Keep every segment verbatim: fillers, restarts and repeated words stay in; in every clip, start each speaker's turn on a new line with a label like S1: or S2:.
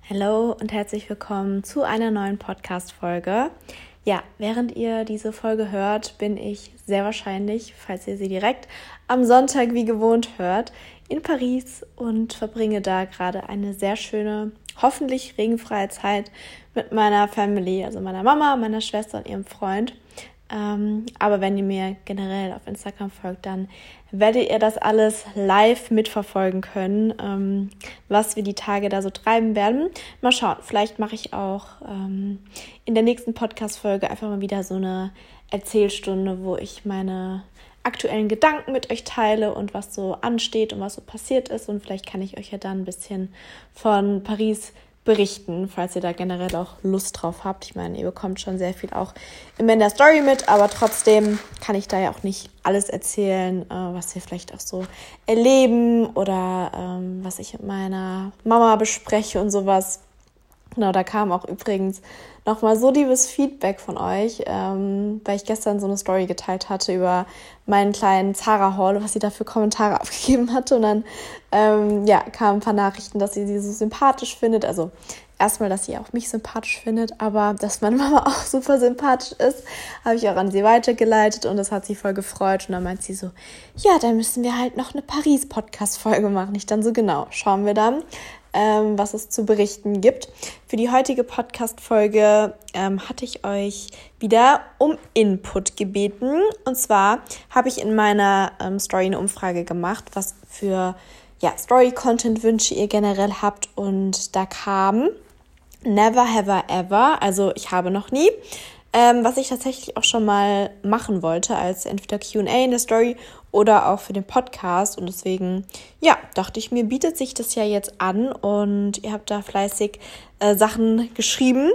S1: Hallo und herzlich willkommen zu einer neuen Podcast-Folge. Ja, während ihr diese Folge hört, bin ich sehr wahrscheinlich, falls ihr sie direkt am Sonntag wie gewohnt hört, in Paris und verbringe da gerade eine sehr schöne, hoffentlich regenfreie Zeit mit meiner Family, also meiner Mama, meiner Schwester und ihrem Freund. Ähm, aber wenn ihr mir generell auf Instagram folgt, dann werdet ihr das alles live mitverfolgen können, ähm, was wir die Tage da so treiben werden. Mal schauen, vielleicht mache ich auch ähm, in der nächsten Podcast-Folge einfach mal wieder so eine Erzählstunde, wo ich meine aktuellen Gedanken mit euch teile und was so ansteht und was so passiert ist. Und vielleicht kann ich euch ja dann ein bisschen von Paris berichten, falls ihr da generell auch Lust drauf habt. Ich meine, ihr bekommt schon sehr viel auch immer in der Story mit, aber trotzdem kann ich da ja auch nicht alles erzählen, äh, was wir vielleicht auch so erleben oder ähm, was ich mit meiner Mama bespreche und sowas. Genau, da kam auch übrigens nochmal so liebes Feedback von euch, ähm, weil ich gestern so eine Story geteilt hatte über meinen kleinen Zara-Haul, was sie da für Kommentare abgegeben hatte. Und dann ähm, ja, kamen ein paar Nachrichten, dass sie sie so sympathisch findet. Also erstmal, dass sie auch mich sympathisch findet, aber dass meine Mama auch super sympathisch ist, habe ich auch an sie weitergeleitet und das hat sie voll gefreut. Und dann meint sie so, ja, dann müssen wir halt noch eine Paris-Podcast-Folge machen. Ich dann so, genau, schauen wir dann, ähm, was es zu berichten gibt. Für die heutige Podcast-Folge ähm, hatte ich euch wieder um Input gebeten. Und zwar habe ich in meiner ähm, Story eine Umfrage gemacht, was für ja, Story-Content-Wünsche ihr generell habt. Und da kam Never have I ever, also ich habe noch nie, ähm, was ich tatsächlich auch schon mal machen wollte als entweder Q und A in der Story oder auch für den Podcast. Und deswegen, ja, dachte ich mir, bietet sich das ja jetzt an und ihr habt da fleißig äh, Sachen geschrieben.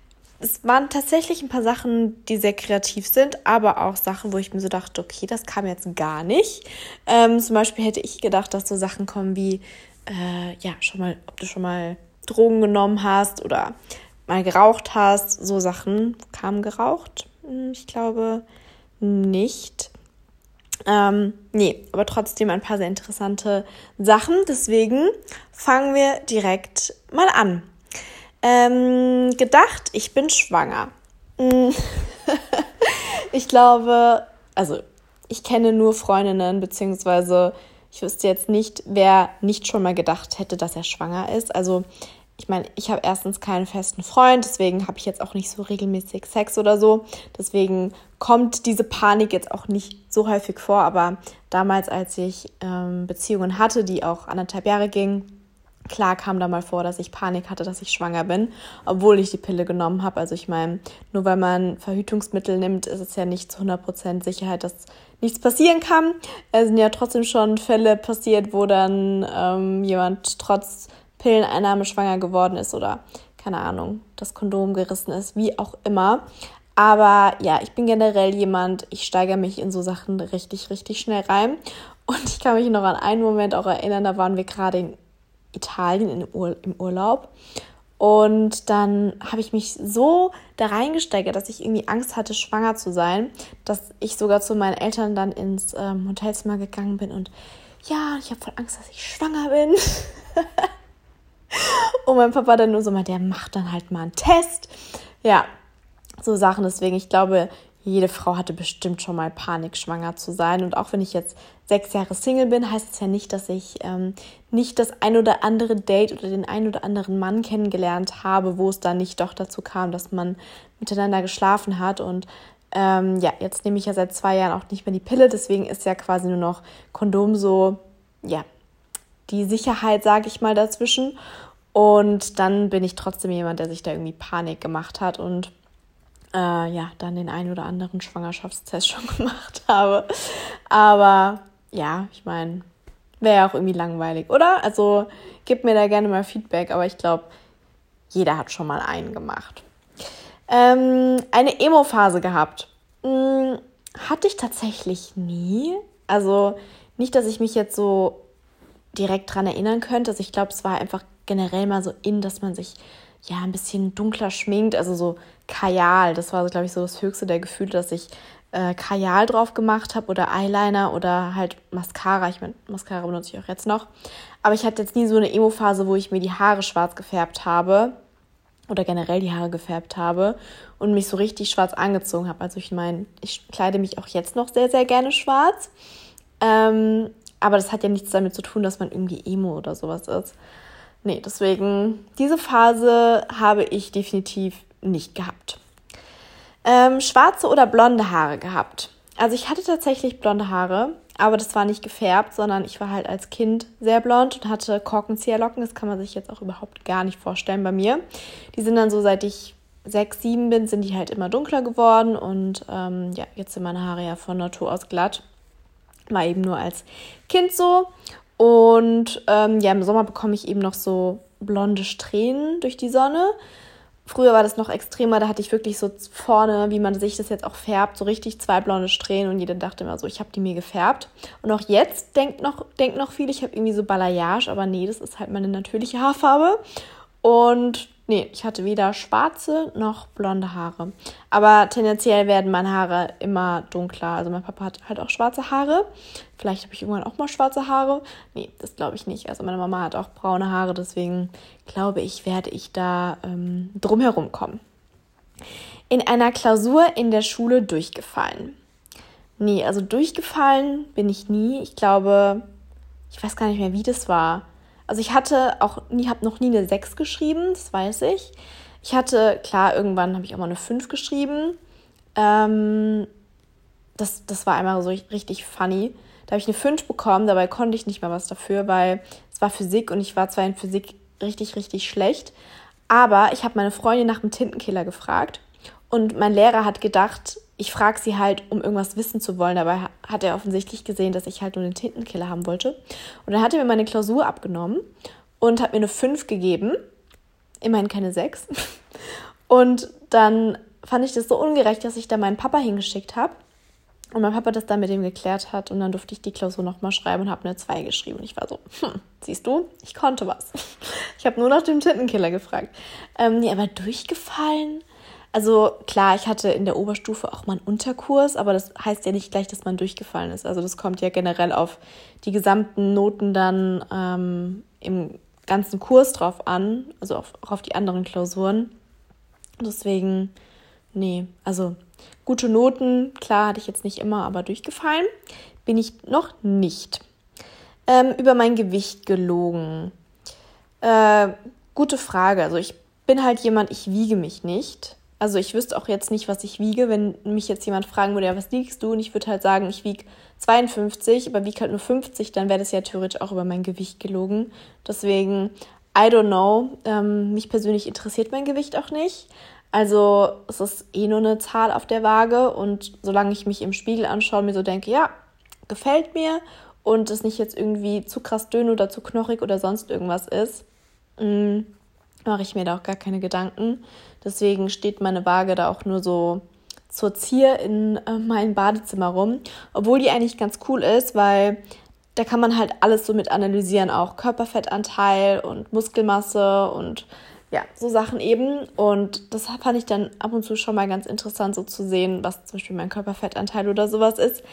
S1: Es waren tatsächlich ein paar Sachen, die sehr kreativ sind, aber auch Sachen, wo ich mir so dachte, okay, das kam jetzt gar nicht. Ähm, zum Beispiel hätte ich gedacht, dass so Sachen kommen wie, äh, ja, schon mal, ob du schon mal Drogen genommen hast oder mal geraucht hast. So Sachen kamen geraucht. Ich glaube nicht. Ähm, nee, aber trotzdem ein paar sehr interessante Sachen. Deswegen fangen wir direkt mal an. Ähm, gedacht, ich bin schwanger. Ich glaube, also ich kenne nur Freundinnen, beziehungsweise ich wüsste jetzt nicht, wer nicht schon mal gedacht hätte, dass er schwanger ist. Also ich meine, ich habe erstens keinen festen Freund, deswegen habe ich jetzt auch nicht so regelmäßig Sex oder so. Deswegen kommt diese Panik jetzt auch nicht so häufig vor. Aber damals, als ich ähm, Beziehungen hatte, die auch anderthalb Jahre gingen, klar kam da mal vor, dass ich Panik hatte, dass ich schwanger bin, obwohl ich die Pille genommen habe. Also ich meine, nur weil man Verhütungsmittel nimmt, ist es ja nicht zu hundert Prozent Sicherheit, dass nichts passieren kann. Es sind ja trotzdem schon Fälle passiert, wo dann ähm, jemand trotz Pilleneinnahme schwanger geworden ist oder, keine Ahnung, das Kondom gerissen ist, wie auch immer. Aber ja, ich bin generell jemand, ich steigere mich in so Sachen richtig, richtig schnell rein. Und ich kann mich noch an einen Moment auch erinnern, da waren wir gerade in Italien in Ur- im Urlaub. Und dann habe ich mich so da reingesteigert, dass ich irgendwie Angst hatte, schwanger zu sein, dass ich sogar zu meinen Eltern dann ins ähm, Hotelzimmer gegangen bin und ja, ich habe voll Angst, dass ich schwanger bin. Und mein Papa dann nur so mal, der macht dann halt mal einen Test. Ja, so Sachen. Deswegen, ich glaube, jede Frau hatte bestimmt schon mal Panik, schwanger zu sein. Und auch wenn ich jetzt sechs Jahre Single bin, heißt es ja nicht, dass ich ähm, nicht das ein oder andere Date oder den ein oder anderen Mann kennengelernt habe, wo es dann nicht doch dazu kam, dass man miteinander geschlafen hat. Und ähm, ja, jetzt nehme ich ja seit zwei Jahren auch nicht mehr die Pille. Deswegen ist ja quasi nur noch Kondom so, ja, die Sicherheit, sage ich mal, dazwischen. Und dann bin ich trotzdem jemand, der sich da irgendwie Panik gemacht hat und äh, ja, dann den einen oder anderen Schwangerschaftstest schon gemacht habe. Aber ja, ich meine, wäre ja auch irgendwie langweilig, oder? Also gebt mir da gerne mal Feedback, aber ich glaube, jeder hat schon mal einen gemacht. Ähm, eine Emo-Phase gehabt. Hm, hatte ich tatsächlich nie. Also nicht, dass ich mich jetzt so direkt dran erinnern könnte. Also ich glaube, es war einfach generell mal so in, dass man sich ja ein bisschen dunkler schminkt, also so Kajal, das war, glaube ich, so das höchste der Gefühle, dass ich äh, Kajal drauf gemacht habe oder Eyeliner oder halt Mascara. Ich meine, Mascara benutze ich auch jetzt noch. Aber ich hatte jetzt nie so eine Emo-Phase, wo ich mir die Haare schwarz gefärbt habe oder generell die Haare gefärbt habe und mich so richtig schwarz angezogen habe. Also ich meine, ich kleide mich auch jetzt noch sehr, sehr gerne schwarz. Ähm, aber das hat ja nichts damit zu tun, dass man irgendwie Emo oder sowas ist. Nee, deswegen, diese Phase habe ich definitiv nicht gehabt. Ähm, schwarze oder blonde Haare gehabt. Also ich hatte tatsächlich blonde Haare, aber das war nicht gefärbt, sondern ich war halt als Kind sehr blond und hatte Korkenzieherlocken. Das kann man sich jetzt auch überhaupt gar nicht vorstellen bei mir. Die sind dann so, seit ich sechs, sieben bin, sind die halt immer dunkler geworden. Und ähm, ja, jetzt sind meine Haare ja von Natur aus glatt. War eben nur als Kind so. Und ähm, ja, im Sommer bekomme ich eben noch so blonde Strähnen durch die Sonne. Früher war das noch extremer, da hatte ich wirklich so vorne, wie man sich das jetzt auch färbt, so richtig zwei blonde Strähnen und jeder dachte immer so, ich habe die mir gefärbt. Und auch jetzt denkt noch, denkt noch viel, ich habe irgendwie so Balayage, aber nee, das ist halt meine natürliche Haarfarbe. Und nee, ich hatte weder schwarze noch blonde Haare. Aber tendenziell werden meine Haare immer dunkler. Also mein Papa hat halt auch schwarze Haare. Vielleicht habe ich irgendwann auch mal schwarze Haare. Nee, das glaube ich nicht. Also meine Mama hat auch braune Haare. Deswegen glaube ich, werde ich da ähm, drum herum kommen. In einer Klausur in der Schule durchgefallen. Nee, also durchgefallen bin ich nie. Ich glaube, ich weiß gar nicht mehr, wie das war. Also ich hatte auch nie, habe noch nie eine sechs geschrieben, das weiß ich. Ich hatte, klar, irgendwann habe ich auch mal eine fünf geschrieben. Ähm, das, das war einmal so richtig funny. Da habe ich eine fünf bekommen, dabei konnte ich nicht mal was dafür, weil es war Physik und ich war zwar in Physik richtig, richtig schlecht, aber ich habe meine Freundin nach dem Tintenkiller gefragt und mein Lehrer hat gedacht, ich frage sie halt, um irgendwas wissen zu wollen. Dabei hat er offensichtlich gesehen, dass ich halt nur den Tintenkiller haben wollte. Und dann hat er mir meine Klausur abgenommen und hat mir eine fünf gegeben. Immerhin keine sechs. Und dann fand ich das so ungerecht, dass ich da meinen Papa hingeschickt habe. Und mein Papa das dann mit ihm geklärt hat. Und dann durfte ich die Klausur nochmal schreiben und habe eine zwei geschrieben. Und ich war so, hm, siehst du, ich konnte was. Ich habe nur nach dem Tintenkiller gefragt. Ähm, nee, aber durchgefallen... Also klar, ich hatte in der Oberstufe auch mal einen Unterkurs, aber das heißt ja nicht gleich, dass man durchgefallen ist. Also das kommt ja generell auf die gesamten Noten dann ähm, im ganzen Kurs drauf an, also auf, auch auf die anderen Klausuren. Deswegen, nee, also gute Noten, klar, hatte ich jetzt nicht immer, aber durchgefallen bin ich noch nicht. Ähm, über mein Gewicht gelogen. Äh, gute Frage. Also ich bin halt jemand, ich wiege mich nicht. Also ich wüsste auch jetzt nicht, was ich wiege, wenn mich jetzt jemand fragen würde, ja, was wiegst du? Und ich würde halt sagen, ich wiege zweiundfünfzig, aber wiege halt nur fünfzig, dann wäre das ja theoretisch auch über mein Gewicht gelogen. Deswegen, I don't know. Ähm, mich persönlich interessiert mein Gewicht auch nicht. Also es ist eh nur eine Zahl auf der Waage und solange ich mich im Spiegel anschaue und mir so denke, ja, gefällt mir und es nicht jetzt irgendwie zu krass dünn oder zu knochig oder sonst irgendwas ist, mh, mache ich mir da auch gar keine Gedanken. Deswegen steht meine Waage da auch nur so zur Zier in äh, meinem Badezimmer rum. Obwohl die eigentlich ganz cool ist, weil da kann man halt alles so mit analysieren. Auch Körperfettanteil und Muskelmasse und ja, so Sachen eben. Und das fand ich dann ab und zu schon mal ganz interessant, so zu sehen, was zum Beispiel mein Körperfettanteil oder sowas ist.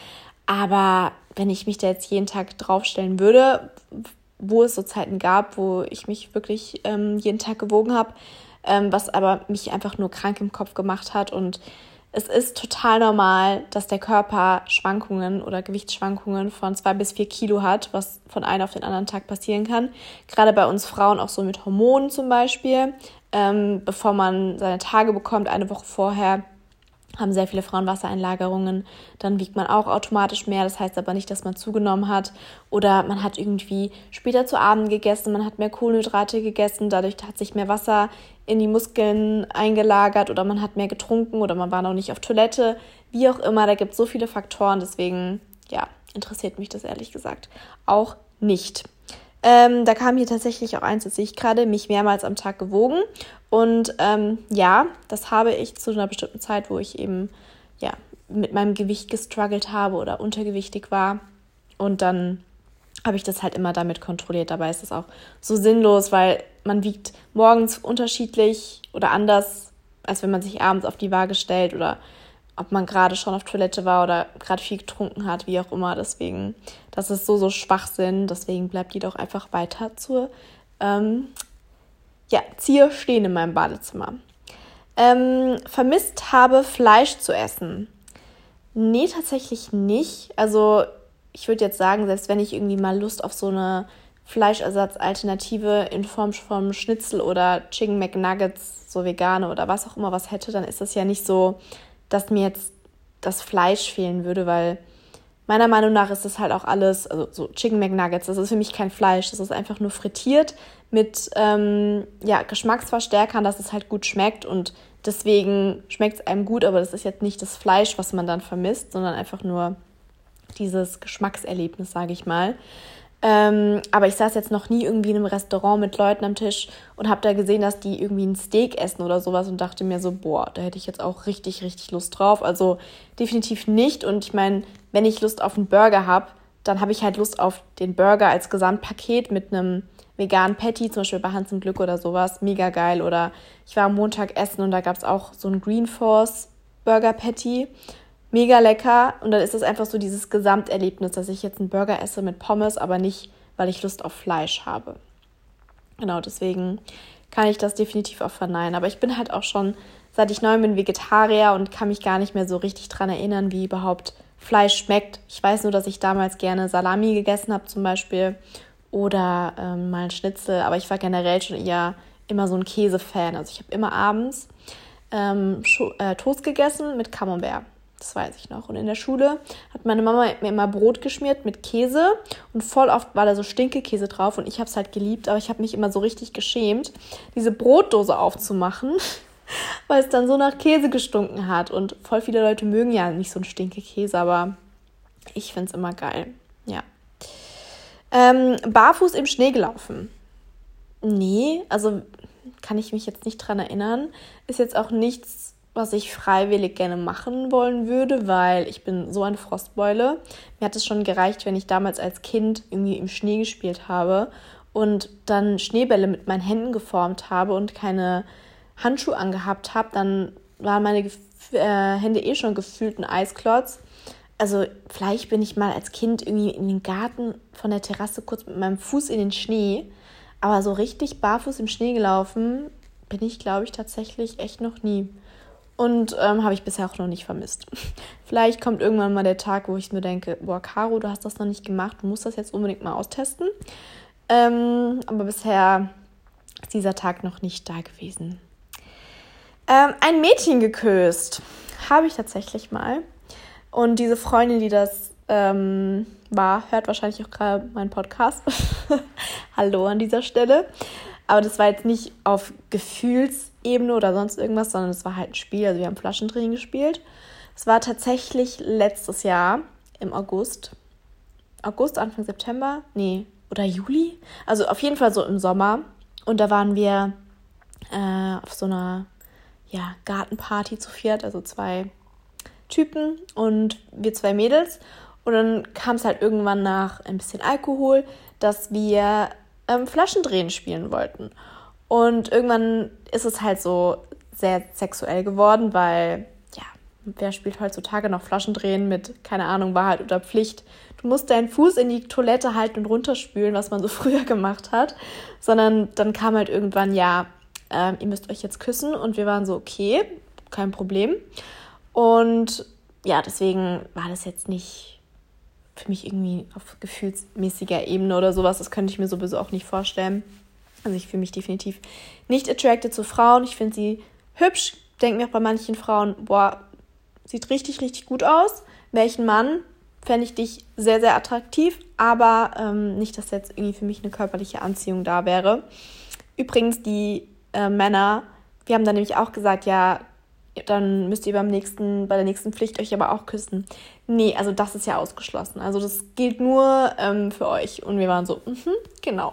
S1: Aber wenn ich mich da jetzt jeden Tag draufstellen würde, wo es so Zeiten gab, wo ich mich wirklich ähm, jeden Tag gewogen habe, ähm, was aber mich einfach nur krank im Kopf gemacht hat. Und es ist total normal, dass der Körper Schwankungen oder Gewichtsschwankungen von zwei bis vier Kilo hat, was von einem auf den anderen Tag passieren kann. Gerade bei uns Frauen auch so mit Hormonen zum Beispiel. Ähm, bevor man seine Tage bekommt, eine Woche vorher, haben sehr viele Frauen Wassereinlagerungen, dann wiegt man auch automatisch mehr, das heißt aber nicht, dass man zugenommen hat oder man hat irgendwie später zu Abend gegessen, man hat mehr Kohlenhydrate gegessen, dadurch hat sich mehr Wasser in die Muskeln eingelagert oder man hat mehr getrunken oder man war noch nicht auf Toilette, wie auch immer, da gibt es so viele Faktoren, deswegen, ja, interessiert mich das ehrlich gesagt auch nicht. Ähm, da kam hier tatsächlich auch eins, das sehe ich gerade, mich mehrmals am Tag gewogen. Und ähm, ja, das habe ich zu einer bestimmten Zeit, wo ich eben ja mit meinem Gewicht gestruggelt habe oder untergewichtig war. Und dann habe ich das halt immer damit kontrolliert. Dabei ist es auch so sinnlos, weil man wiegt morgens unterschiedlich oder anders, als wenn man sich abends auf die Waage stellt oder ob man gerade schon auf Toilette war oder gerade viel getrunken hat, wie auch immer. Deswegen, das ist so, so Schwachsinn. Deswegen bleibt die doch einfach weiter zur, ähm, ja, Zier stehen in meinem Badezimmer. Ähm, vermisst habe, Fleisch zu essen. Nee, tatsächlich nicht. Also ich würde jetzt sagen, selbst wenn ich irgendwie mal Lust auf so eine Fleischersatzalternative in Form von Schnitzel oder Chicken McNuggets, so vegane oder was auch immer was hätte, dann ist das ja nicht so, dass mir jetzt das Fleisch fehlen würde, weil meiner Meinung nach ist das halt auch alles, also so Chicken McNuggets, das ist für mich kein Fleisch, das ist einfach nur frittiert mit ähm, ja, Geschmacksverstärkern, dass es halt gut schmeckt und deswegen schmeckt es einem gut, aber das ist jetzt nicht das Fleisch, was man dann vermisst, sondern einfach nur dieses Geschmackserlebnis, sage ich mal. Ähm, aber ich saß jetzt noch nie irgendwie in einem Restaurant mit Leuten am Tisch und habe da gesehen, dass die irgendwie ein Steak essen oder sowas und dachte mir so, boah, da hätte ich jetzt auch richtig, richtig Lust drauf. Also definitiv nicht. Und ich meine, wenn ich Lust auf einen Burger habe, dann habe ich halt Lust auf den Burger als Gesamtpaket mit einem veganen Patty, zum Beispiel bei Hans im Glück oder sowas. Mega geil. Oder ich war am Montag essen und da gab es auch so ein Green Force Burger Patty. Mega lecker und dann ist das einfach so dieses Gesamterlebnis, dass ich jetzt einen Burger esse mit Pommes, aber nicht, weil ich Lust auf Fleisch habe. Genau, deswegen kann ich das definitiv auch verneinen. Aber ich bin halt auch schon, seit ich neun bin, Vegetarier und kann mich gar nicht mehr so richtig dran erinnern, wie überhaupt Fleisch schmeckt. Ich weiß nur, dass ich damals gerne Salami gegessen habe zum Beispiel oder ähm, mal ein Schnitzel, aber ich war generell schon eher immer so ein Käsefan. Also ich habe immer abends ähm, Scho- äh, Toast gegessen mit Camembert. Das weiß ich noch. Und in der Schule hat meine Mama mir immer Brot geschmiert mit Käse und voll oft war da so Stinkekäse drauf und ich habe es halt geliebt, aber ich habe mich immer so richtig geschämt, diese Brotdose aufzumachen, weil es dann so nach Käse gestunken hat und voll viele Leute mögen ja nicht so einen Stinkekäse, aber ich finde es immer geil. Ja. Ähm, barfuß im Schnee gelaufen. Nee, also kann ich mich jetzt nicht dran erinnern. Ist jetzt auch nichts, was ich freiwillig gerne machen wollen würde, weil ich bin so eine Frostbeule. Mir hat es schon gereicht, wenn ich damals als Kind irgendwie im Schnee gespielt habe und dann Schneebälle mit meinen Händen geformt habe und keine Handschuhe angehabt habe, dann waren meine Gef- äh, Hände eh schon gefühlt ein Eisklotz. Also vielleicht bin ich mal als Kind irgendwie in den Garten von der Terrasse kurz mit meinem Fuß in den Schnee, aber so richtig barfuß im Schnee gelaufen bin ich, glaube ich, tatsächlich echt noch nie. Und ähm, habe ich bisher auch noch nicht vermisst. Vielleicht kommt irgendwann mal der Tag, wo ich mir denke, boah, Caro, du hast das noch nicht gemacht, du musst das jetzt unbedingt mal austesten. Ähm, aber bisher ist dieser Tag noch nicht da gewesen. Ähm, ein Mädchen geküsst. Habe ich tatsächlich mal. Und diese Freundin, die das ähm, war, hört wahrscheinlich auch gerade meinen Podcast. Hallo an dieser Stelle. Aber das war jetzt nicht auf Gefühlsebene oder sonst irgendwas, sondern es war halt ein Spiel. Also wir haben Flaschendrehen gespielt. Es war tatsächlich letztes Jahr im August. August, Anfang September? Nee, oder Juli? Also auf jeden Fall so im Sommer. Und da waren wir äh, auf so einer ja, Gartenparty zu viert, also zwei Typen und wir zwei Mädels. Und dann kam es halt irgendwann nach ein bisschen Alkohol, dass wir ähm, Flaschendrehen spielen wollten. Und irgendwann ist es halt so sehr sexuell geworden, weil, ja, wer spielt heutzutage noch Flaschendrehen mit, keine Ahnung, Wahrheit oder Pflicht? Du musst deinen Fuß in die Toilette halten und runterspülen, was man so früher gemacht hat. Sondern dann kam halt irgendwann, ja, ähm, ihr müsst euch jetzt küssen. Und wir waren so, okay, kein Problem. Und ja, deswegen war das jetzt nicht für mich irgendwie auf gefühlsmäßiger Ebene oder sowas. Das könnte ich mir sowieso auch nicht vorstellen. Also ich fühle mich definitiv nicht attracted zu Frauen. Ich finde sie hübsch. Denke mir auch bei manchen Frauen, boah, sieht richtig, richtig gut aus. Welchen Mann fände ich dich sehr, sehr attraktiv. Aber ähm, nicht, dass jetzt irgendwie für mich eine körperliche Anziehung da wäre. Übrigens, die äh, Männer, wir haben dann nämlich auch gesagt, ja, dann müsst ihr beim nächsten, bei der nächsten Pflicht euch aber auch küssen. Nee, also das ist ja ausgeschlossen. Also das gilt nur ähm, für euch. Und wir waren so, mhm, genau.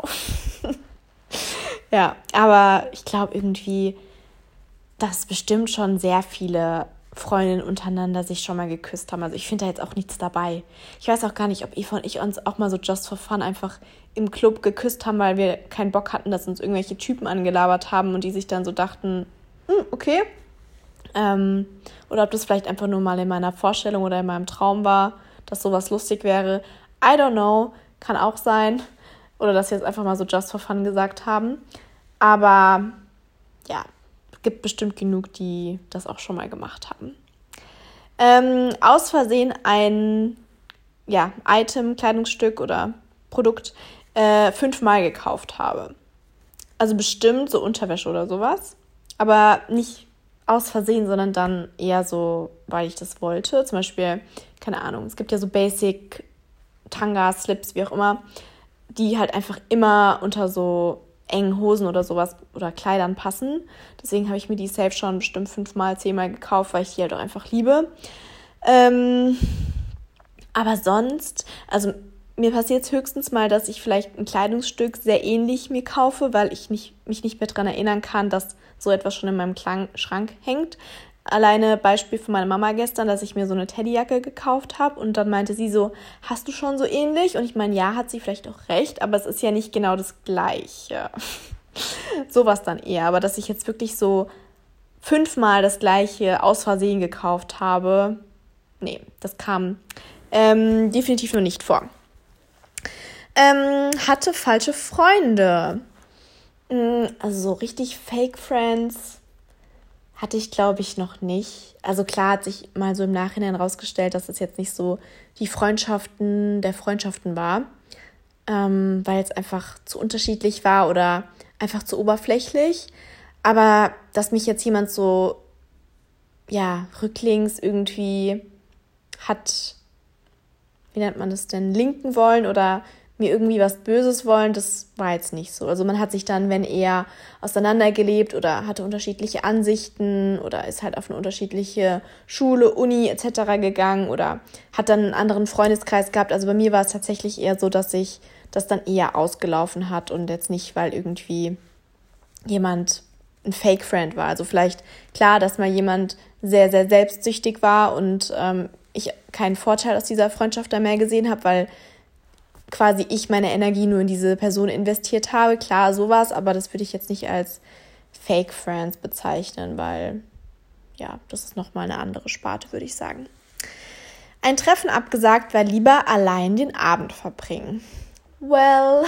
S1: Ja, aber ich glaube irgendwie, dass bestimmt schon sehr viele Freundinnen untereinander sich schon mal geküsst haben. Also ich finde da jetzt auch nichts dabei. Ich weiß auch gar nicht, ob Eva und ich uns auch mal so just for fun einfach im Club geküsst haben, weil wir keinen Bock hatten, dass uns irgendwelche Typen angelabert haben und die sich dann so dachten, hm, okay, Ähm, oder ob das vielleicht einfach nur mal in meiner Vorstellung oder in meinem Traum war, dass sowas lustig wäre. I don't know, kann auch sein. Oder dass wir jetzt einfach mal so just for fun gesagt haben. Aber ja, es gibt bestimmt genug, die das auch schon mal gemacht haben. Ähm, aus Versehen ein ja, Item, Kleidungsstück oder Produkt äh, fünfmal gekauft habe. Also bestimmt so Unterwäsche oder sowas. Aber nicht aus Versehen, sondern dann eher so, weil ich das wollte. Zum Beispiel, keine Ahnung, es gibt ja so Basic Tangas, Slips, wie auch immer, die halt einfach immer unter so engen Hosen oder sowas oder Kleidern passen. Deswegen habe ich mir die safe schon bestimmt fünfmal, zehnmal gekauft, weil ich die halt auch einfach liebe. Ähm, aber sonst, also mir passiert es höchstens mal, dass ich vielleicht ein Kleidungsstück sehr ähnlich mir kaufe, weil ich nicht, mich nicht mehr daran erinnern kann, dass so etwas schon in meinem Klang- Schrank hängt. Alleine Beispiel von meiner Mama gestern, dass ich mir so eine Teddyjacke gekauft habe und dann meinte sie so, hast du schon so ähnlich? Und ich meine, ja, hat sie vielleicht auch recht, aber es ist ja nicht genau das Gleiche. Sowas dann eher, aber dass ich jetzt wirklich so fünfmal das Gleiche aus Versehen gekauft habe, nee, das kam ähm, definitiv noch nicht vor. Ähm, hatte falsche Freunde. Also so richtig Fake Friends hatte ich, glaube ich, noch nicht. Also klar hat sich mal so im Nachhinein rausgestellt, dass es jetzt nicht so die Freundschaften der Freundschaften war, ähm, weil es einfach zu unterschiedlich war oder einfach zu oberflächlich. Aber dass mich jetzt jemand so, ja, rücklings irgendwie hat, wie nennt man das denn, linken wollen oder mir irgendwie was Böses wollen, das war jetzt nicht so. Also man hat sich dann, wenn eher auseinandergelebt oder hatte unterschiedliche Ansichten oder ist halt auf eine unterschiedliche Schule, Uni et cetera gegangen oder hat dann einen anderen Freundeskreis gehabt. Also bei mir war es tatsächlich eher so, dass sich das dann eher ausgelaufen hat und jetzt nicht, weil irgendwie jemand ein Fake-Friend war. Also vielleicht klar, dass mal jemand sehr, sehr selbstsüchtig war und ähm, ich keinen Vorteil aus dieser Freundschaft da mehr gesehen habe, weil quasi ich meine Energie nur in diese Person investiert habe. Klar, sowas, aber das würde ich jetzt nicht als Fake Friends bezeichnen, weil, ja, das ist nochmal eine andere Sparte, würde ich sagen. Ein Treffen abgesagt, weil lieber allein den Abend verbringen. Well,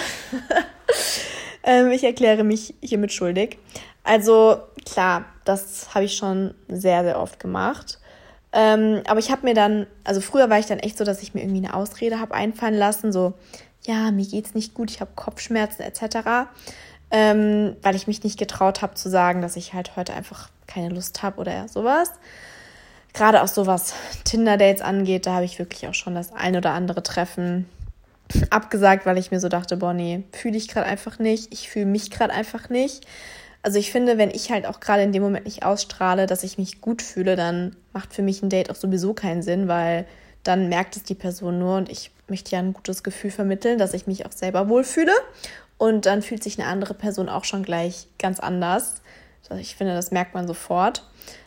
S1: ähm, ich erkläre mich hiermit schuldig. Also, klar, das habe ich schon sehr, sehr oft gemacht. Ähm, aber ich habe mir dann, also früher war ich dann echt so, dass ich mir irgendwie eine Ausrede habe einfallen lassen, so, ja, mir geht's nicht gut, ich habe Kopfschmerzen et cetera, ähm, weil ich mich nicht getraut habe zu sagen, dass ich halt heute einfach keine Lust habe oder sowas. Gerade auch so was Tinder-Dates angeht, da habe ich wirklich auch schon das ein oder andere Treffen abgesagt, weil ich mir so dachte, boah, nee, fühle ich gerade einfach nicht, ich fühle mich gerade einfach nicht. Also ich finde, wenn ich halt auch gerade in dem Moment nicht ausstrahle, dass ich mich gut fühle, dann macht für mich ein Date auch sowieso keinen Sinn, weil dann merkt es die Person nur und ich möchte ja ein gutes Gefühl vermitteln, dass ich mich auch selber wohlfühle und dann fühlt sich eine andere Person auch schon gleich ganz anders. Also ich finde, das merkt man sofort.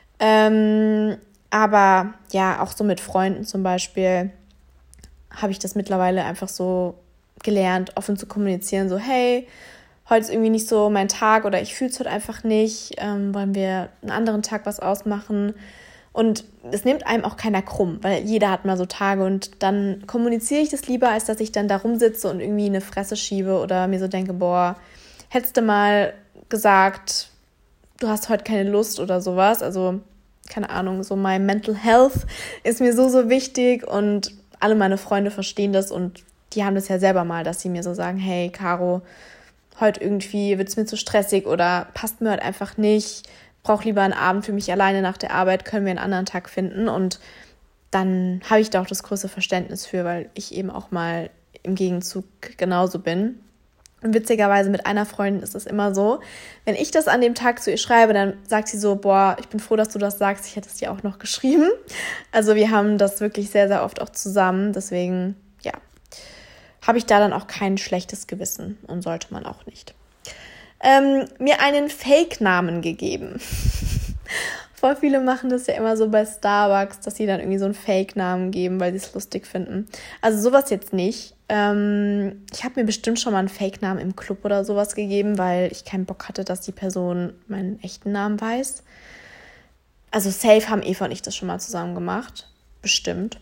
S1: Ähm, aber ja, auch so mit Freunden zum Beispiel habe ich das mittlerweile einfach so gelernt, offen zu kommunizieren, so hey, heute ist irgendwie nicht so mein Tag oder ich fühle es heute einfach nicht, ähm, wollen wir einen anderen Tag was ausmachen und es nimmt einem auch keiner krumm, weil jeder hat mal so Tage und dann kommuniziere ich das lieber, als dass ich dann da rumsitze und irgendwie eine Fresse schiebe oder mir so denke, boah, hättest du mal gesagt, du hast heute keine Lust oder sowas, also keine Ahnung, so mein Mental Health ist mir so, so wichtig und alle meine Freunde verstehen das und die haben das ja selber mal, dass sie mir so sagen, hey Caro, heute irgendwie wird es mir zu stressig oder passt mir heute einfach nicht, brauche lieber einen Abend für mich alleine nach der Arbeit, können wir einen anderen Tag finden und dann habe ich da auch das größte Verständnis für, weil ich eben auch mal im Gegenzug genauso bin. Und witzigerweise mit einer Freundin ist es immer so, wenn ich das an dem Tag zu ihr schreibe, dann sagt sie so, boah, ich bin froh, dass du das sagst, ich hätte es dir auch noch geschrieben. Also wir haben das wirklich sehr, sehr oft auch zusammen, deswegen, ja, habe ich da dann auch kein schlechtes Gewissen und sollte man auch nicht. Ähm, mir einen Fake-Namen gegeben. Voll viele machen das ja immer so bei Starbucks, dass sie dann irgendwie so einen Fake-Namen geben, weil sie es lustig finden. Also sowas jetzt nicht. Ähm, ich habe mir bestimmt schon mal einen Fake-Namen im Club oder sowas gegeben, weil ich keinen Bock hatte, dass die Person meinen echten Namen weiß. Also safe haben Eva und ich das schon mal zusammen gemacht. Bestimmt.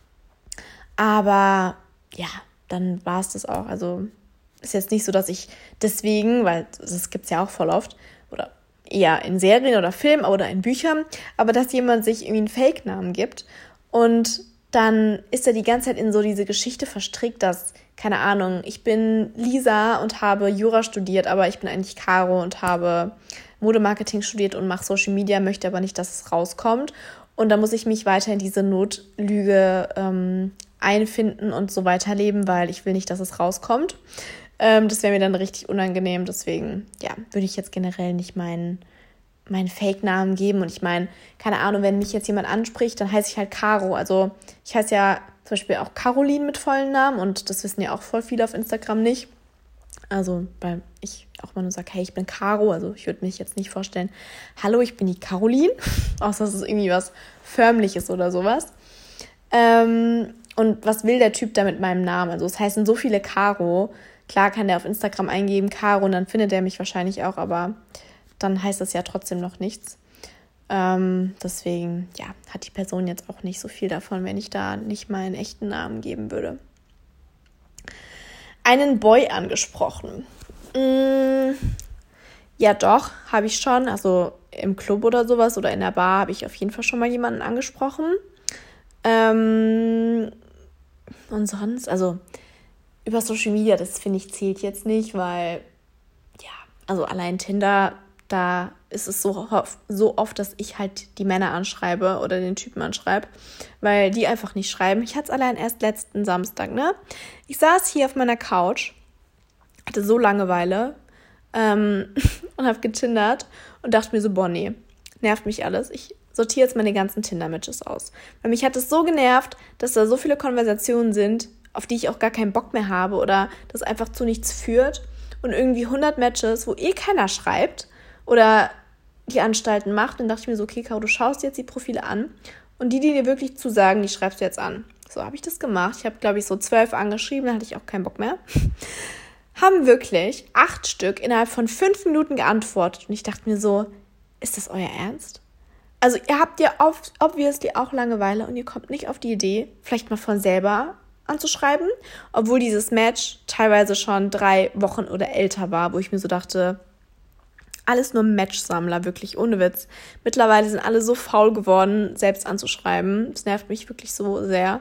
S1: Aber ja, dann war es das auch. Also ist jetzt nicht so, dass ich deswegen, weil das gibt es ja auch voll oft, oder eher in Serien oder Filmen oder in Büchern, aber dass jemand sich irgendwie einen Fake-Namen gibt und dann ist er die ganze Zeit in so diese Geschichte verstrickt, dass, keine Ahnung, ich bin Lisa und habe Jura studiert, aber ich bin eigentlich Caro und habe Modemarketing studiert und mache Social Media, möchte aber nicht, dass es rauskommt. Und da muss ich mich weiter in diese Notlüge ähm, einfinden und so weiterleben, weil ich will nicht, dass es rauskommt. Ähm, das wäre mir dann richtig unangenehm. Deswegen, ja, würde ich jetzt generell nicht meinen, meinen Fake-Namen geben. Und ich meine, keine Ahnung, wenn mich jetzt jemand anspricht, dann heiße ich halt Caro. Also ich heiße ja zum Beispiel auch Caroline mit vollen Namen und das wissen ja auch voll viele auf Instagram nicht. Also, weil ich auch mal nur sage, hey, ich bin Caro. Also ich würde mich jetzt nicht vorstellen, hallo, ich bin die Caroline. Außer es ist irgendwie was Förmliches oder sowas. Ähm, und was will der Typ da mit meinem Namen? Also es heißen so viele Caro. Klar kann der auf Instagram eingeben, Caro, und dann findet er mich wahrscheinlich auch, aber dann heißt das ja trotzdem noch nichts. Ähm, deswegen, ja, hat die Person jetzt auch nicht so viel davon, wenn ich da nicht meinen echten Namen geben würde. Einen Boy angesprochen. Mm, ja doch, habe ich schon. Also im Club oder sowas oder in der Bar habe ich auf jeden Fall schon mal jemanden angesprochen. Ähm, und sonst, also über Social Media, das finde ich zählt jetzt nicht, weil, ja, also allein Tinder, da ist es so oft, so oft, dass ich halt die Männer anschreibe oder den Typen anschreibe, weil die einfach nicht schreiben. Ich hatte es allein erst letzten Samstag, ne? Ich saß hier auf meiner Couch, hatte so Langeweile ähm, und habe getindert und dachte mir so, boah, nee, nervt mich alles. Ich sortiere jetzt meine ganzen Tinder-Matches aus. Weil mich hat es so genervt, dass da so viele Konversationen sind, auf die ich auch gar keinen Bock mehr habe oder das einfach zu nichts führt und irgendwie hundert Matches, wo eh keiner schreibt oder die Anstalten macht. Dann dachte ich mir so, okay, Caro, du schaust jetzt die Profile an und die, die dir wirklich zusagen, die schreibst du jetzt an. So habe ich das gemacht. Ich habe, glaube ich, so zwölf angeschrieben, da hatte ich auch keinen Bock mehr. Haben wirklich acht Stück innerhalb von fünf Minuten geantwortet und ich dachte mir so, ist das euer Ernst? Also ihr habt ja oft, obviously auch Langeweile und ihr kommt nicht auf die Idee, vielleicht mal von selber anzuschreiben, obwohl dieses Match teilweise schon drei Wochen oder älter war, wo ich mir so dachte, alles nur Matchsammler, wirklich ohne Witz. Mittlerweile sind alle so faul geworden, selbst anzuschreiben. Das nervt mich wirklich so sehr.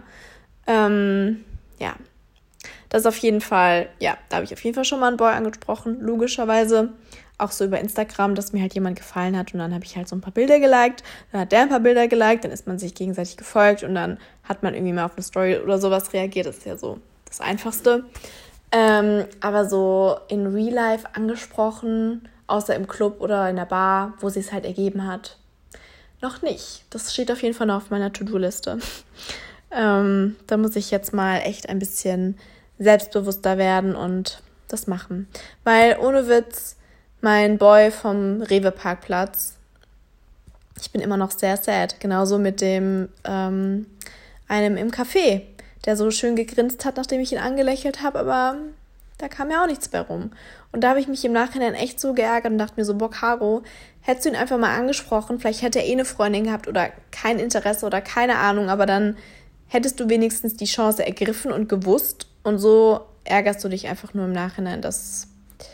S1: Ähm, ja, das ist auf jeden Fall, ja, da habe ich auf jeden Fall schon mal einen Boy angesprochen, logischerweise. Auch so über Instagram, dass mir halt jemand gefallen hat und dann habe ich halt so ein paar Bilder geliked, dann hat der ein paar Bilder geliked, dann ist man sich gegenseitig gefolgt und dann hat man irgendwie mal auf eine Story oder sowas reagiert. Das ist ja so das Einfachste. Ähm, aber so in Real Life angesprochen, außer im Club oder in der Bar, wo sie es halt ergeben hat, noch nicht. Das steht auf jeden Fall noch auf meiner To-Do-Liste. ähm, da muss ich jetzt mal echt ein bisschen selbstbewusster werden und das machen. Weil ohne Witz, mein Boy vom Rewe-Parkplatz, ich bin immer noch sehr sad. Genauso mit dem ähm, einem im Café, der so schön gegrinst hat, nachdem ich ihn angelächelt habe, aber da kam ja auch nichts mehr rum. Und da habe ich mich im Nachhinein echt so geärgert und dachte mir so, boah, Caro, hättest du ihn einfach mal angesprochen, vielleicht hätte er eh eine Freundin gehabt oder kein Interesse oder keine Ahnung, aber dann hättest du wenigstens die Chance ergriffen und gewusst und so ärgerst du dich einfach nur im Nachhinein, dass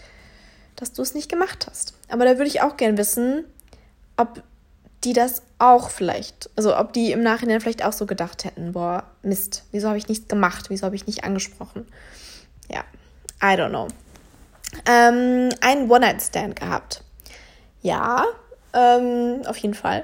S1: dass du es nicht gemacht hast. Aber da würde ich auch gern wissen, ob die das auch vielleicht, also ob die im Nachhinein vielleicht auch so gedacht hätten, boah, Mist, wieso habe ich nichts gemacht, wieso habe ich nicht angesprochen? Ja, I don't know. Ähm, einen One-Night-Stand gehabt. Ja, ähm, auf jeden Fall.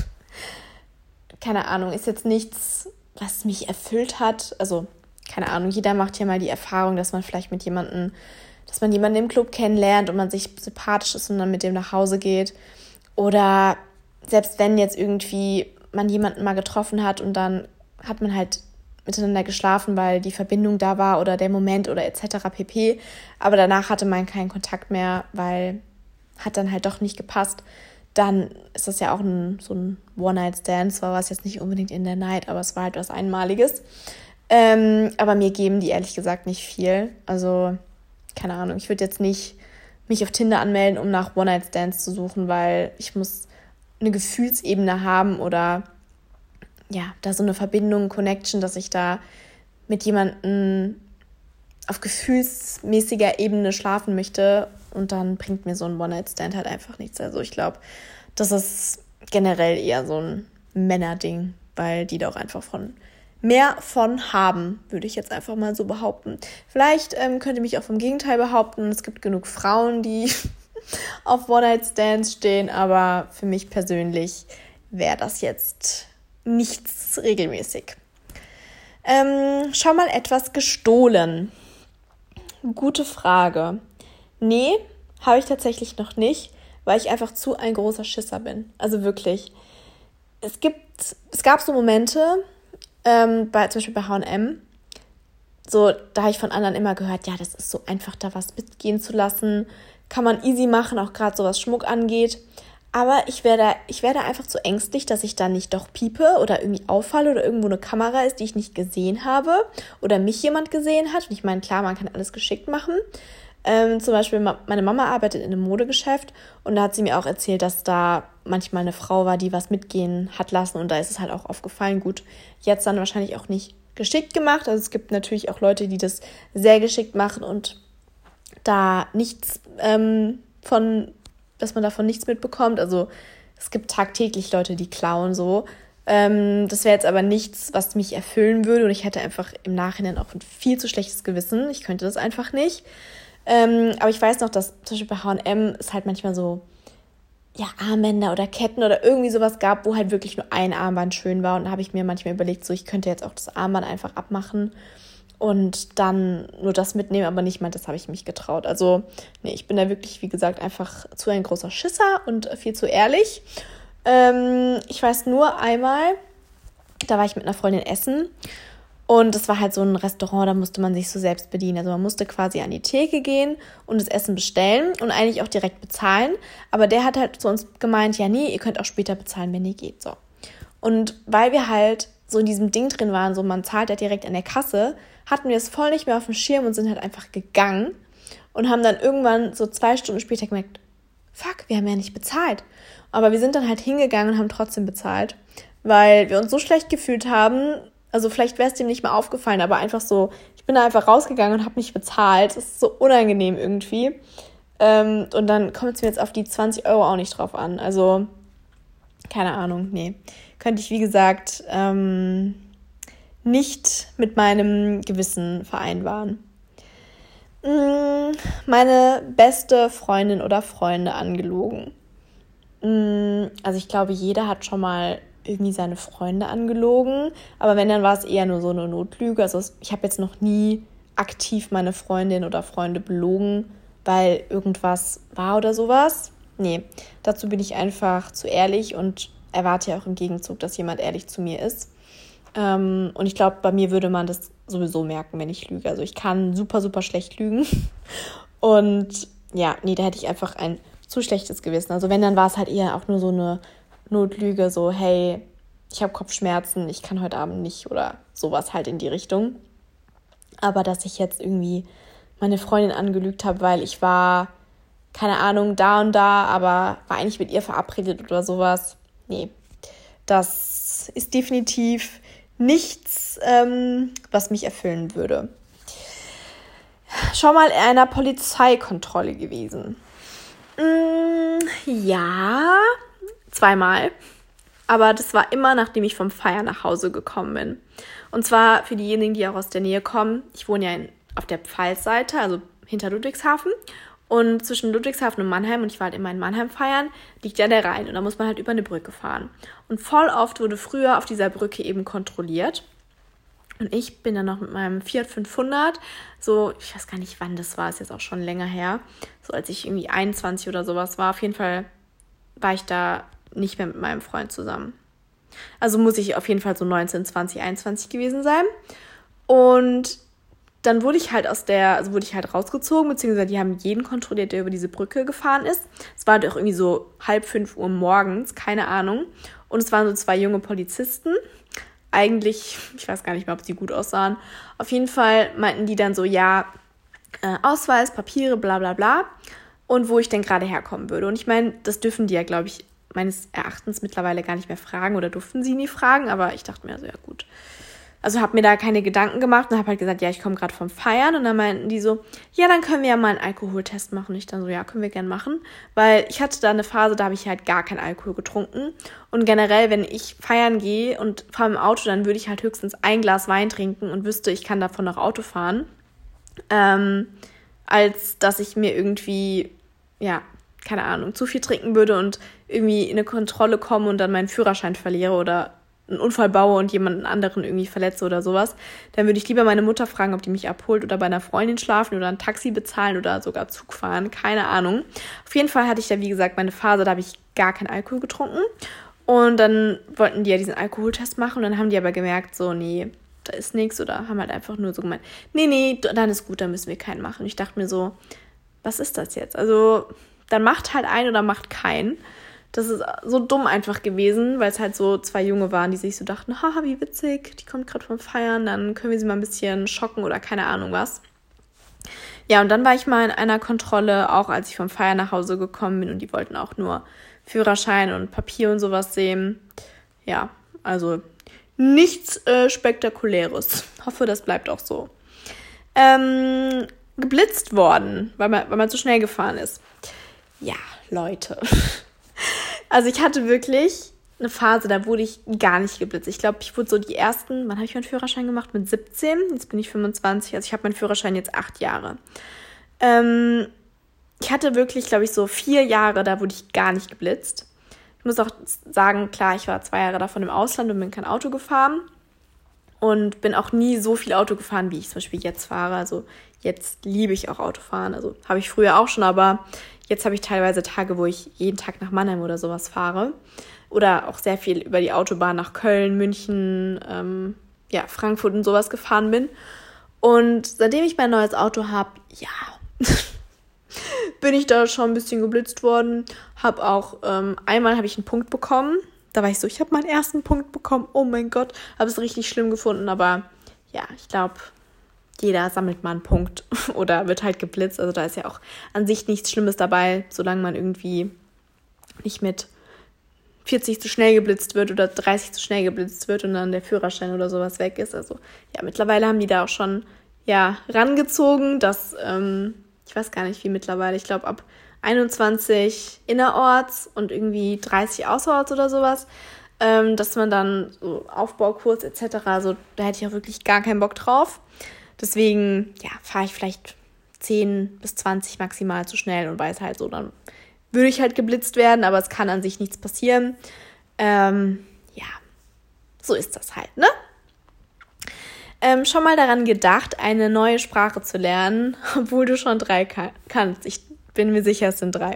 S1: Keine Ahnung, ist jetzt nichts, was mich erfüllt hat. Also, keine Ahnung, jeder macht ja mal die Erfahrung, dass man vielleicht mit jemandem dass man jemanden im Club kennenlernt und man sich sympathisch ist und dann mit dem nach Hause geht. Oder selbst wenn jetzt irgendwie man jemanden mal getroffen hat und dann hat man halt miteinander geschlafen, weil die Verbindung da war oder der Moment oder et cetera pp. Aber danach hatte man keinen Kontakt mehr, weil hat dann halt doch nicht gepasst. Dann ist das ja auch ein, so ein One-Night-Stand. Zwar war es jetzt nicht unbedingt in der Night, aber es war halt was Einmaliges. Ähm, aber mir geben die ehrlich gesagt nicht viel. Also keine Ahnung, ich würde jetzt nicht mich auf Tinder anmelden, um nach One-Night-Stands zu suchen, weil ich muss eine Gefühlsebene haben oder ja, da so eine Verbindung, Connection, dass ich da mit jemandem auf gefühlsmäßiger Ebene schlafen möchte und dann bringt mir so ein One-Night-Stand halt einfach nichts. Also ich glaube, das ist generell eher so ein Männerding, weil die da auch einfach von mehr von haben, würde ich jetzt einfach mal so behaupten. Vielleicht ähm, könnt ihr mich auch vom Gegenteil behaupten. Es gibt genug Frauen, die auf One-Night-Stands stehen, aber für mich persönlich wäre das jetzt nichts regelmäßig. Ähm, schon mal etwas gestohlen? Gute Frage. Nee, habe ich tatsächlich noch nicht, weil ich einfach zu ein großer Schisser bin. Also wirklich. Es gibt, es gab so Momente, ähm, bei, zum Beispiel bei H und M, so, da habe ich von anderen immer gehört, ja, das ist so einfach, da was mitgehen zu lassen, kann man easy machen, auch gerade so was Schmuck angeht. Aber ich werde, ich werde einfach zu ängstlich, dass ich dann nicht doch piepe oder irgendwie auffalle oder irgendwo eine Kamera ist, die ich nicht gesehen habe oder mich jemand gesehen hat. Und ich meine, klar, man kann alles geschickt machen. Ähm, zum Beispiel, meine Mama arbeitet in einem Modegeschäft und da hat sie mir auch erzählt, dass da manchmal eine Frau war, die was mitgehen hat lassen und da ist es halt auch aufgefallen. Gut, jetzt dann wahrscheinlich auch nicht geschickt gemacht. Also es gibt natürlich auch Leute, die das sehr geschickt machen und da nichts ähm, von... dass man davon nichts mitbekommt. Also es gibt tagtäglich Leute, die klauen so. Ähm, das wäre jetzt aber nichts, was mich erfüllen würde und ich hätte einfach im Nachhinein auch ein viel zu schlechtes Gewissen. Ich könnte das einfach nicht. Ähm, aber ich weiß noch, dass zum Beispiel bei H und M es halt manchmal so ja, Armbänder oder Ketten oder irgendwie sowas gab, wo halt wirklich nur ein Armband schön war und da habe ich mir manchmal überlegt, so ich könnte jetzt auch das Armband einfach abmachen und dann nur das mitnehmen, aber nicht mal das habe ich mich getraut. Also, nee, ich bin da wirklich, wie gesagt, einfach zu ein großer Schisser und viel zu ehrlich. Ähm, ich weiß nur einmal, da war ich mit einer Freundin essen und es war halt so ein Restaurant, da musste man sich so selbst bedienen. Also man musste quasi an die Theke gehen und das Essen bestellen und eigentlich auch direkt bezahlen. Aber der hat halt zu uns gemeint, ja nee, ihr könnt auch später bezahlen, wenn ihr geht. So. Und weil wir halt so in diesem Ding drin waren, so man zahlt ja direkt an der Kasse, hatten wir es voll nicht mehr auf dem Schirm und sind halt einfach gegangen und haben dann irgendwann so zwei Stunden später gemerkt, fuck, wir haben ja nicht bezahlt. Aber wir sind dann halt hingegangen und haben trotzdem bezahlt, weil wir uns so schlecht gefühlt haben. Also vielleicht wäre es dem nicht mal aufgefallen, aber einfach so, ich bin da einfach rausgegangen und habe nicht bezahlt. Das ist so unangenehm irgendwie. Ähm, und dann kommt es mir jetzt auf die zwanzig Euro auch nicht drauf an. Also, keine Ahnung, nee. Könnte ich, wie gesagt, ähm, nicht mit meinem Gewissen vereinbaren. Mm, meine beste Freundin oder Freunde angelogen. Mm, also ich glaube, jeder hat schon mal irgendwie seine Freunde angelogen, aber wenn, dann war es eher nur so eine Notlüge. Also ich habe jetzt noch nie aktiv meine Freundin oder Freunde belogen, weil irgendwas war oder sowas. Nee, dazu bin ich einfach zu ehrlich und erwarte ja auch im Gegenzug, dass jemand ehrlich zu mir ist. Ähm, und ich glaube, bei mir würde man das sowieso merken, wenn ich lüge. Also ich kann super, super schlecht lügen. Und ja, nee, da hätte ich einfach ein zu schlechtes Gewissen. Also wenn, dann war es halt eher auch nur so eine Notlüge, so hey, ich habe Kopfschmerzen, ich kann heute Abend nicht oder sowas halt in die Richtung. Aber dass ich jetzt irgendwie meine Freundin angelügt habe, weil ich war, keine Ahnung, da und da, aber war eigentlich mit ihr verabredet oder sowas. Nee, das ist definitiv nichts, ähm, was mich erfüllen würde. Schon mal in einer Polizeikontrolle gewesen. Mm, ja, zweimal. Aber das war immer, nachdem ich vom Feiern nach Hause gekommen bin. Und zwar für diejenigen, die auch aus der Nähe kommen. Ich wohne ja in, auf der Pfalzseite, also hinter Ludwigshafen. Und zwischen Ludwigshafen und Mannheim, und ich war halt immer in Mannheim feiern, liegt ja der Rhein. Und da muss man halt über eine Brücke fahren. Und voll oft wurde früher auf dieser Brücke eben kontrolliert. Und ich bin dann noch mit meinem Fiat fünfhundert, so, ich weiß gar nicht, wann das war, ist jetzt auch schon länger her, so als ich irgendwie einundzwanzig oder sowas war. Auf jeden Fall war ich da nicht mehr mit meinem Freund zusammen. Also muss ich auf jeden Fall so neunzehn, zwanzig, einundzwanzig gewesen sein. Und dann wurde ich halt aus der, also wurde ich halt rausgezogen, beziehungsweise die haben jeden kontrolliert, der über diese Brücke gefahren ist. Es war doch irgendwie so halb fünf Uhr morgens, keine Ahnung. Und es waren so zwei junge Polizisten. Eigentlich, ich weiß gar nicht mehr, ob sie gut aussahen. Auf jeden Fall meinten die dann so, ja, äh, Ausweis, Papiere, bla bla bla. Und wo ich denn gerade herkommen würde. Und ich meine, das dürfen die ja, glaube ich, meines Erachtens mittlerweile gar nicht mehr fragen oder durften sie nie fragen, aber ich dachte mir so, ja gut. Also habe mir da keine Gedanken gemacht und habe halt gesagt, ja, ich komme gerade vom Feiern. Und dann meinten die so, ja, dann können wir ja mal einen Alkoholtest machen. Und ich dann so, ja, können wir gern machen. Weil ich hatte da eine Phase, da habe ich halt gar keinen Alkohol getrunken. Und generell, wenn ich feiern gehe und fahre im Auto, dann würde ich halt höchstens ein Glas Wein trinken und wüsste, ich kann davon noch Auto fahren. Ähm, als dass ich mir irgendwie, ja, keine Ahnung, zu viel trinken würde und irgendwie in eine Kontrolle komme und dann meinen Führerschein verliere oder einen Unfall baue und jemanden anderen irgendwie verletze oder sowas, dann würde ich lieber meine Mutter fragen, ob die mich abholt oder bei einer Freundin schlafen oder ein Taxi bezahlen oder sogar Zug fahren, keine Ahnung. Auf jeden Fall hatte ich ja, wie gesagt, meine Phase, da habe ich gar keinen Alkohol getrunken und dann wollten die ja diesen Alkoholtest machen und dann haben die aber gemerkt, so, nee, da ist nichts oder haben halt einfach nur so gemeint, nee, nee, dann ist gut, dann müssen wir keinen machen. Und ich dachte mir so, was ist das jetzt? Also, dann macht halt einen oder macht keinen. Das ist so dumm einfach gewesen, weil es halt so zwei Junge waren, die sich so dachten, haha, wie witzig, die kommt gerade vom Feiern, dann können wir sie mal ein bisschen schocken oder keine Ahnung was. Ja, und dann war ich mal in einer Kontrolle, auch als ich vom Feiern nach Hause gekommen bin und die wollten auch nur Führerschein und Papier und sowas sehen. Ja, also nichts äh, Spektakuläres. Hoffe, das bleibt auch so. Ähm, geblitzt worden, weil man, weil man zu schnell gefahren ist. Ja, Leute. Also ich hatte wirklich eine Phase, da wurde ich gar nicht geblitzt. Ich glaube, ich wurde so die ersten, wann habe ich meinen Führerschein gemacht? Mit siebzehn, jetzt bin ich fünfundzwanzig, also ich habe meinen Führerschein jetzt acht Jahre. Ähm, ich hatte wirklich, glaube ich, so vier Jahre, da wurde ich gar nicht geblitzt. Ich muss auch sagen, klar, ich war zwei Jahre davon im Ausland und bin kein Auto gefahren und bin auch nie so viel Auto gefahren, wie ich zum Beispiel jetzt fahre. Also jetzt liebe ich auch Autofahren, also habe ich früher auch schon, aber jetzt habe ich teilweise Tage, wo ich jeden Tag nach Mannheim oder sowas fahre. Oder auch sehr viel über die Autobahn nach Köln, München, ähm, ja, Frankfurt und sowas gefahren bin. Und seitdem ich mein neues Auto habe, ja, bin ich da schon ein bisschen geblitzt worden. Hab auch, ähm, einmal habe ich einen Punkt bekommen. Da war ich so, ich habe meinen ersten Punkt bekommen. Oh mein Gott, habe es richtig schlimm gefunden. Aber ja, ich glaube, jeder sammelt mal einen Punkt oder wird halt geblitzt. Also da ist ja auch an sich nichts Schlimmes dabei, solange man irgendwie nicht mit vierzig zu schnell geblitzt wird oder dreißig zu schnell geblitzt wird und dann der Führerschein oder sowas weg ist. Also ja, mittlerweile haben die da auch schon ja rangezogen, dass, ähm, ich weiß gar nicht wie mittlerweile, ich glaube ab einundzwanzig innerorts und irgendwie dreißig außerorts oder sowas, ähm, dass man dann so Aufbaukurs et cetera, also da hätte ich auch wirklich gar keinen Bock drauf. Deswegen, ja, fahre ich vielleicht zehn bis zwanzig maximal zu schnell und weiß halt so, dann würde ich halt geblitzt werden, aber es kann an sich nichts passieren. Ähm, ja, so ist das halt, ne? Ähm, schon mal daran gedacht, eine neue Sprache zu lernen, obwohl du schon drei kann- kannst. Ich bin mir sicher, es sind drei.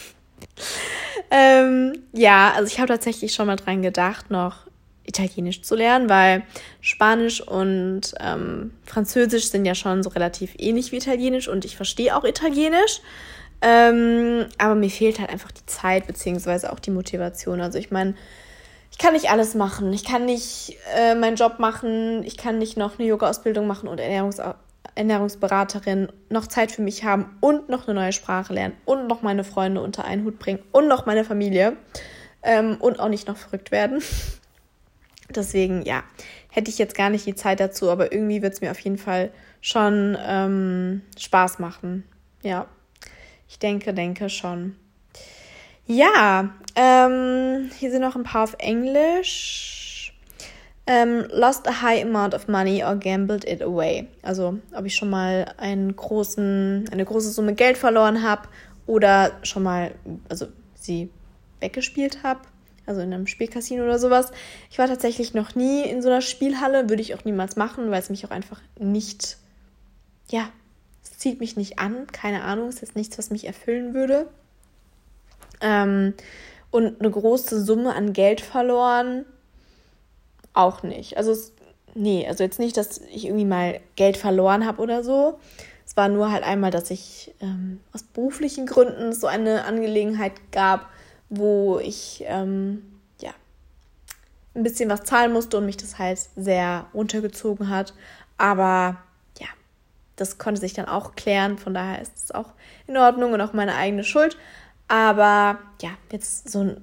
S1: ähm, ja, also ich habe tatsächlich schon mal dran gedacht, noch Italienisch zu lernen, weil Spanisch und ähm, Französisch sind ja schon so relativ ähnlich wie Italienisch und ich verstehe auch Italienisch. Ähm, aber mir fehlt halt einfach die Zeit beziehungsweise auch die Motivation. Also ich meine, ich kann nicht alles machen. Ich kann nicht äh, meinen Job machen, ich kann nicht noch eine Yoga-Ausbildung machen und Ernährungs- Ernährungsberaterin, noch Zeit für mich haben und noch eine neue Sprache lernen und noch meine Freunde unter einen Hut bringen und noch meine Familie ähm, und auch nicht noch verrückt werden. Deswegen, ja, hätte ich jetzt gar nicht die Zeit dazu, aber irgendwie wird es mir auf jeden Fall schon ähm, Spaß machen. Ja, ich denke, denke schon. Ja, ähm, hier sind noch ein paar auf Englisch. Ähm, lost a high amount of money or gambled it away. Also, ob ich schon mal einen großen, eine große Summe Geld verloren habe oder schon mal, also sie weggespielt habe. Also in einem Spielcasino oder sowas. Ich war tatsächlich noch nie in so einer Spielhalle, würde ich auch niemals machen, weil es mich auch einfach nicht, ja, es zieht mich nicht an, keine Ahnung, ist jetzt nichts, was mich erfüllen würde. Ähm, und eine große Summe an Geld verloren, auch nicht. Also, es, nee, also jetzt nicht, dass ich irgendwie mal Geld verloren habe oder so. Es war nur halt einmal, dass ich ähm, aus beruflichen Gründen so eine Angelegenheit gab, wo ich ähm, ja ein bisschen was zahlen musste und mich das halt sehr runtergezogen hat. Aber ja, das konnte sich dann auch klären. Von daher ist es auch in Ordnung und auch meine eigene Schuld. Aber ja, jetzt so ein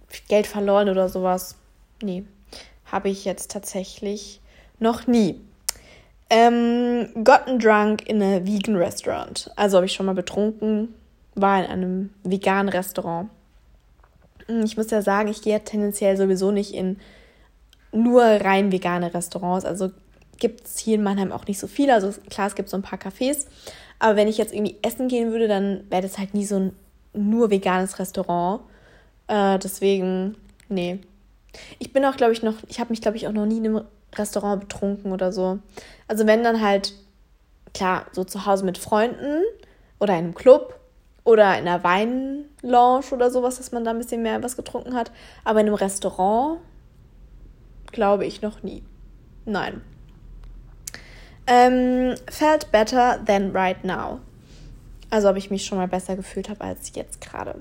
S1: Geld verloren oder sowas. Nee, habe ich jetzt tatsächlich noch nie. Ähm, gotten drunk in a vegan restaurant. Also habe ich schon mal betrunken, war in einem veganen Restaurant. Ich muss ja sagen, ich gehe tendenziell sowieso nicht in nur rein vegane Restaurants. Also gibt es hier in Mannheim auch nicht so viele. Also klar, es gibt so ein paar Cafés. Aber wenn ich jetzt irgendwie essen gehen würde, dann wäre das halt nie so ein nur veganes Restaurant. Äh, deswegen, nee. Ich bin auch, glaube ich, noch, ich habe mich, glaube ich, auch noch nie in einem Restaurant betrunken oder so. Also wenn dann halt, klar, so zu Hause mit Freunden oder in einem Club oder in einer Weinlounge oder sowas, dass man da ein bisschen mehr was getrunken hat. Aber in einem Restaurant glaube ich noch nie. Nein. Ähm, felt better than right now. Also ob ich mich schon mal besser gefühlt habe als jetzt gerade.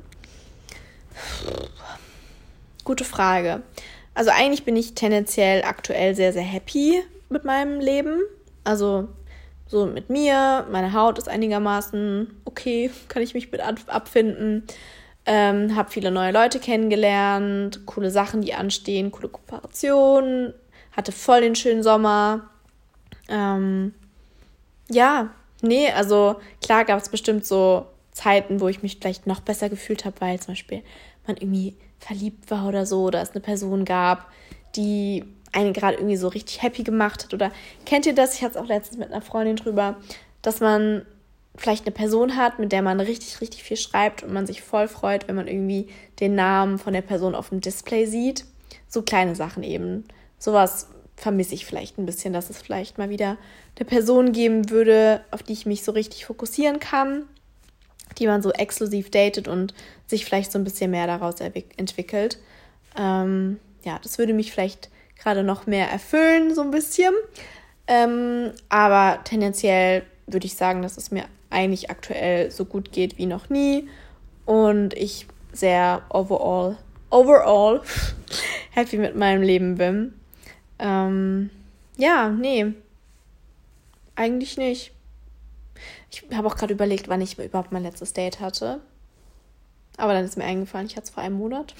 S1: Gute Frage. Also eigentlich bin ich tendenziell aktuell sehr, sehr happy mit meinem Leben. Also so mit mir, meine Haut ist einigermaßen okay, kann ich mich mit abfinden. Ähm, habe viele neue Leute kennengelernt, coole Sachen, die anstehen, coole Kooperationen, hatte voll den schönen Sommer. Ähm, ja, nee, also klar gab es bestimmt so Zeiten, wo ich mich vielleicht noch besser gefühlt habe, weil zum Beispiel man irgendwie verliebt war oder so, oder es eine Person gab, die einen gerade irgendwie so richtig happy gemacht hat. Oder kennt ihr das? Ich hatte es auch letztens mit einer Freundin drüber, dass man vielleicht eine Person hat, mit der man richtig, richtig viel schreibt und man sich voll freut, wenn man irgendwie den Namen von der Person auf dem Display sieht. So kleine Sachen eben. Sowas vermisse ich vielleicht ein bisschen, dass es vielleicht mal wieder eine Person geben würde, auf die ich mich so richtig fokussieren kann, die man so exklusiv datet und sich vielleicht so ein bisschen mehr daraus erwick- entwickelt. Ähm, ja, das würde mich vielleicht gerade noch mehr erfüllen, so ein bisschen. Ähm, aber tendenziell würde ich sagen, dass es mir eigentlich aktuell so gut geht wie noch nie und ich sehr overall, overall happy mit meinem Leben bin. Ähm, ja, nee, eigentlich nicht. Ich habe auch gerade überlegt, wann ich überhaupt mein letztes Date hatte. Aber dann ist mir eingefallen, ich hatte es vor einem Monat.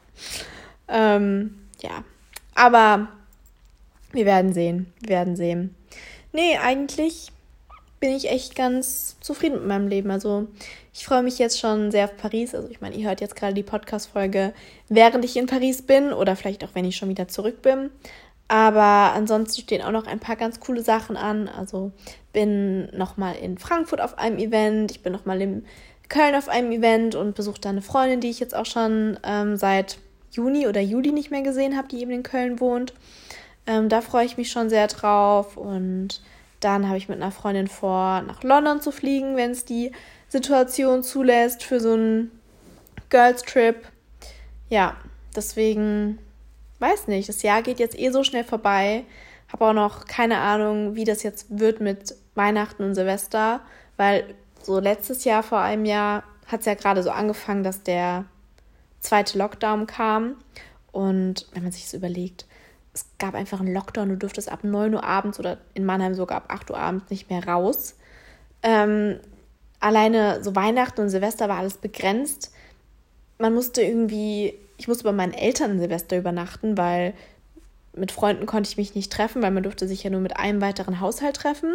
S1: ähm, ja, aber wir werden sehen, wir werden sehen. Nee, eigentlich bin ich echt ganz zufrieden mit meinem Leben. Also ich freue mich jetzt schon sehr auf Paris. Also ich meine, ihr hört jetzt gerade die Podcast-Folge, während ich in Paris bin oder vielleicht auch, wenn ich schon wieder zurück bin. Aber ansonsten stehen auch noch ein paar ganz coole Sachen an. Also bin nochmal in Frankfurt auf einem Event, ich bin nochmal in Köln auf einem Event und besuche da eine Freundin, die ich jetzt auch schon ähm, seit Juni oder Juli nicht mehr gesehen habe, die eben in Köln wohnt. Ähm, da freue ich mich schon sehr drauf und dann habe ich mit einer Freundin vor, nach London zu fliegen, wenn es die Situation zulässt für so einen Girls-Trip. Ja, deswegen, weiß nicht, das Jahr geht jetzt eh so schnell vorbei. Habe auch noch keine Ahnung, wie das jetzt wird mit Weihnachten und Silvester, weil so letztes Jahr, vor einem Jahr, hat es ja gerade so angefangen, dass der zweite Lockdown kam. Und wenn man sich das überlegt, es gab einfach einen Lockdown, du durftest ab neun Uhr abends oder in Mannheim sogar ab acht Uhr abends nicht mehr raus. Ähm, alleine so Weihnachten und Silvester war alles begrenzt. Man musste irgendwie, ich musste bei meinen Eltern in Silvester übernachten, weil mit Freunden konnte ich mich nicht treffen, weil man durfte sich ja nur mit einem weiteren Haushalt treffen.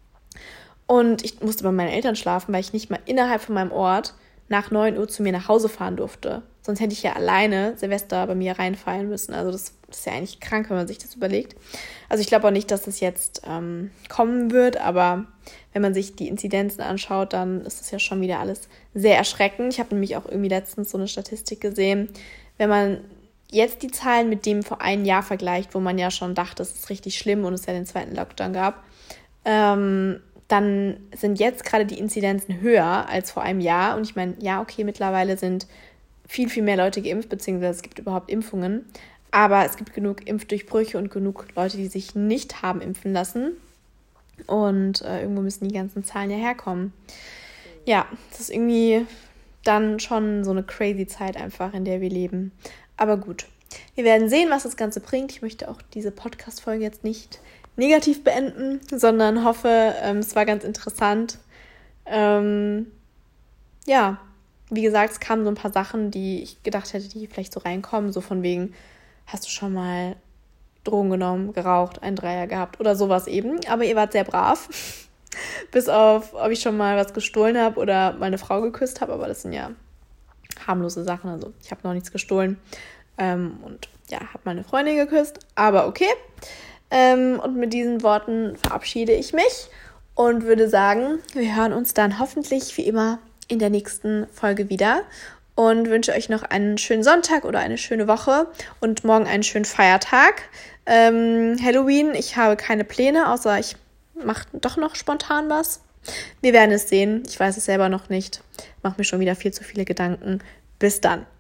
S1: Und ich musste bei meinen Eltern schlafen, weil ich nicht mal innerhalb von meinem Ort nach neun Uhr zu mir nach Hause fahren durfte. Sonst hätte ich ja alleine Silvester bei mir reinfallen müssen. Also das, das ist ja eigentlich krank, wenn man sich das überlegt. Also ich glaube auch nicht, dass das jetzt ähm, kommen wird, aber wenn man sich die Inzidenzen anschaut, dann ist das ja schon wieder alles sehr erschreckend. Ich habe nämlich auch irgendwie letztens so eine Statistik gesehen, wenn man jetzt die Zahlen mit dem vor einem Jahr vergleicht, wo man ja schon dachte, es ist richtig schlimm und es ja den zweiten Lockdown gab, ähm, dann sind jetzt gerade die Inzidenzen höher als vor einem Jahr. Und ich meine, ja, okay, mittlerweile sind viel, viel mehr Leute geimpft, beziehungsweise es gibt überhaupt Impfungen. Aber es gibt genug Impfdurchbrüche und genug Leute, die sich nicht haben impfen lassen. Und äh, irgendwo müssen die ganzen Zahlen ja herkommen. Ja, das ist irgendwie dann schon so eine crazy Zeit einfach, in der wir leben. Aber gut, wir werden sehen, was das Ganze bringt. Ich möchte auch diese Podcast-Folge jetzt nicht negativ beenden, sondern hoffe, ähm, es war ganz interessant. Ähm, ja, wie gesagt, es kamen so ein paar Sachen, die ich gedacht hätte, die vielleicht so reinkommen, so von wegen, hast du schon mal Drogen genommen, geraucht, einen Dreier gehabt oder sowas eben. Aber ihr wart sehr brav. Bis auf, ob ich schon mal was gestohlen habe oder meine Frau geküsst habe. Aber das sind ja harmlose Sachen. Also ich habe noch nichts gestohlen. Ähm, und ja, habe meine Freundin geküsst. Aber okay. Ähm, und mit diesen Worten verabschiede ich mich und würde sagen, wir hören uns dann hoffentlich wie immer in der nächsten Folge wieder. Und wünsche euch noch einen schönen Sonntag oder eine schöne Woche und morgen einen schönen Feiertag. Ähm, Halloween, ich habe keine Pläne, außer ich mache doch noch spontan was. Wir werden es sehen. Ich weiß es selber noch nicht. Mache mir schon wieder viel zu viele Gedanken. Bis dann.